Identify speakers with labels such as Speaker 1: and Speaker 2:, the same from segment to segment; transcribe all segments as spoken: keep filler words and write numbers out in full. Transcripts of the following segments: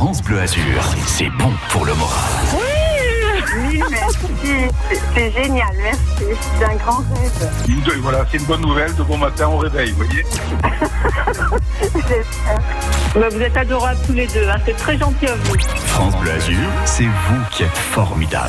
Speaker 1: France Bleu Azur, c'est bon pour le moral.
Speaker 2: Oui, merci. C'est, c'est génial, merci. C'est un grand rêve.
Speaker 3: Voilà, c'est une bonne nouvelle. De bon matin au réveil, vous voyez.
Speaker 2: J'espère. Vous êtes adorables tous les deux. Hein. C'est très gentil à vous.
Speaker 1: France Bleu Azur, c'est vous qui êtes formidables.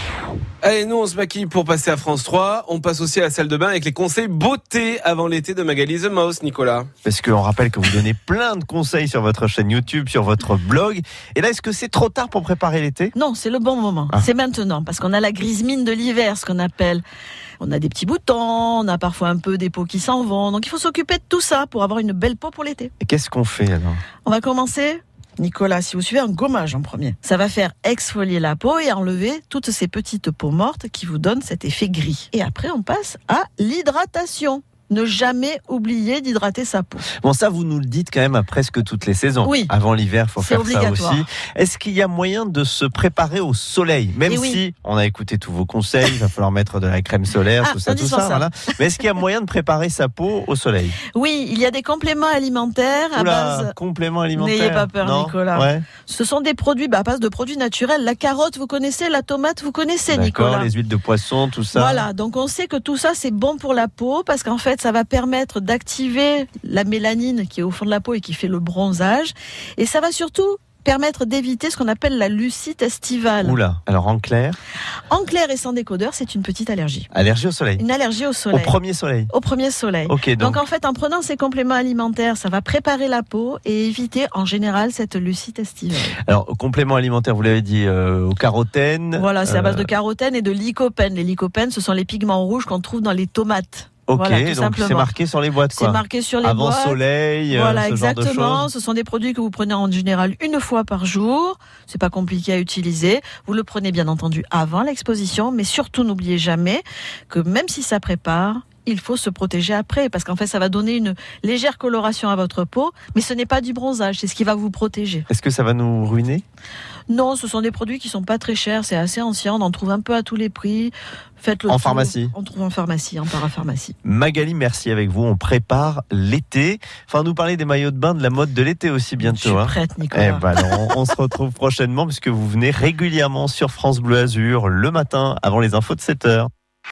Speaker 4: Allez, nous on se maquille pour passer à France trois. On passe aussi à la salle de bain avec les conseils beauté avant l'été de Magali The Mouse, Nicolas.
Speaker 5: Parce qu'on rappelle que vous donnez plein de conseils sur votre chaîne YouTube, sur votre blog. Et là, est-ce que c'est trop tard pour préparer l'été ?
Speaker 6: Non, c'est le bon moment. Ah. C'est maintenant, parce qu'on a la grise mine de l'hiver, ce qu'on appelle. On a des petits boutons, on a parfois un peu des peaux qui s'en vont. Donc il faut s'occuper de tout ça pour avoir une belle peau pour l'été.
Speaker 5: Et qu'est-ce qu'on fait alors ?
Speaker 6: On va commencer... Nicolas, si vous suivez un gommage en premier, ça va faire exfolier la peau et enlever toutes ces petites peaux mortes qui vous donnent cet effet gris. Et après, on passe à l'hydratation. Ne jamais oublier d'hydrater sa peau.
Speaker 5: Bon, ça, vous nous le dites quand même à presque toutes les saisons.
Speaker 6: Oui.
Speaker 5: Avant l'hiver, il faut faire
Speaker 6: obligatoire.
Speaker 5: Ça aussi. Est-ce qu'il y a moyen de se préparer au soleil ? Même
Speaker 6: Et
Speaker 5: si
Speaker 6: oui.
Speaker 5: on a écouté tous vos conseils, il va falloir mettre de la crème solaire,
Speaker 6: ah,
Speaker 5: tout ça, tout ça. Voilà. Mais est-ce qu'il y a moyen de préparer sa peau au soleil ?
Speaker 6: Oui, il y a des compléments alimentaires à
Speaker 5: Oula,
Speaker 6: base...
Speaker 5: compléments alimentaires.
Speaker 6: N'ayez pas peur,
Speaker 5: non
Speaker 6: Nicolas.
Speaker 5: Ouais.
Speaker 6: Ce sont des produits bah, à base de produits naturels. La carotte, vous connaissez, la tomate, vous connaissez,
Speaker 5: D'accord,
Speaker 6: Nicolas.
Speaker 5: les huiles de poisson, tout ça.
Speaker 6: Voilà, donc on sait que tout ça, c'est bon pour la peau parce qu'en fait, ça va permettre d'activer la mélanine qui est au fond de la peau et qui fait le bronzage. Et ça va surtout permettre d'éviter ce qu'on appelle la lucite estivale.
Speaker 5: Oula, alors en clair
Speaker 6: En clair et sans décodeur, c'est une petite allergie.
Speaker 5: Allergie au soleil.
Speaker 6: Une allergie au soleil.
Speaker 5: Au premier soleil.
Speaker 6: Au premier soleil.
Speaker 5: Okay, donc.
Speaker 6: donc en fait, en prenant ces compléments alimentaires, ça va préparer la peau et éviter en général cette lucite estivale.
Speaker 5: Alors, compléments alimentaires, vous l'avez dit, euh, au carotène.
Speaker 6: Voilà, c'est à base
Speaker 5: euh...
Speaker 6: de carotène et de lycopène. Les lycopènes, ce sont les pigments rouges qu'on trouve dans les tomates.
Speaker 5: Ok,
Speaker 6: voilà, tout
Speaker 5: donc
Speaker 6: simplement.
Speaker 5: c'est marqué sur les boîtes, quoi.
Speaker 6: C'est marqué sur les
Speaker 5: Avant
Speaker 6: boîtes.
Speaker 5: soleil,
Speaker 6: voilà,
Speaker 5: euh, ce
Speaker 6: exactement.
Speaker 5: genre de choses.
Speaker 6: Ce sont des produits que vous prenez en général une fois par jour. C'est pas compliqué à utiliser. Vous le prenez bien entendu avant l'exposition, mais surtout n'oubliez jamais que même si ça prépare, il faut se protéger après, parce qu'en fait, ça va donner une légère coloration à votre peau, mais ce n'est pas du bronzage, c'est ce qui va vous protéger.
Speaker 5: Est-ce que ça va nous ruiner ?
Speaker 6: Non, ce sont des produits qui sont pas très chers, c'est assez ancien, on en trouve un peu à tous les prix. Faites-le
Speaker 5: en
Speaker 6: tour.
Speaker 5: pharmacie.
Speaker 6: On trouve en pharmacie, en parapharmacie.
Speaker 5: Magali, merci avec vous. On prépare l'été. Enfin, nous parler des maillots de bain, de la mode de l'été aussi bientôt.
Speaker 6: Je suis
Speaker 5: hein.
Speaker 6: prête, Nicolas.
Speaker 5: Eh ben alors, on, on se retrouve prochainement puisque vous venez régulièrement sur France Bleu Azur le matin avant les infos de sept heures.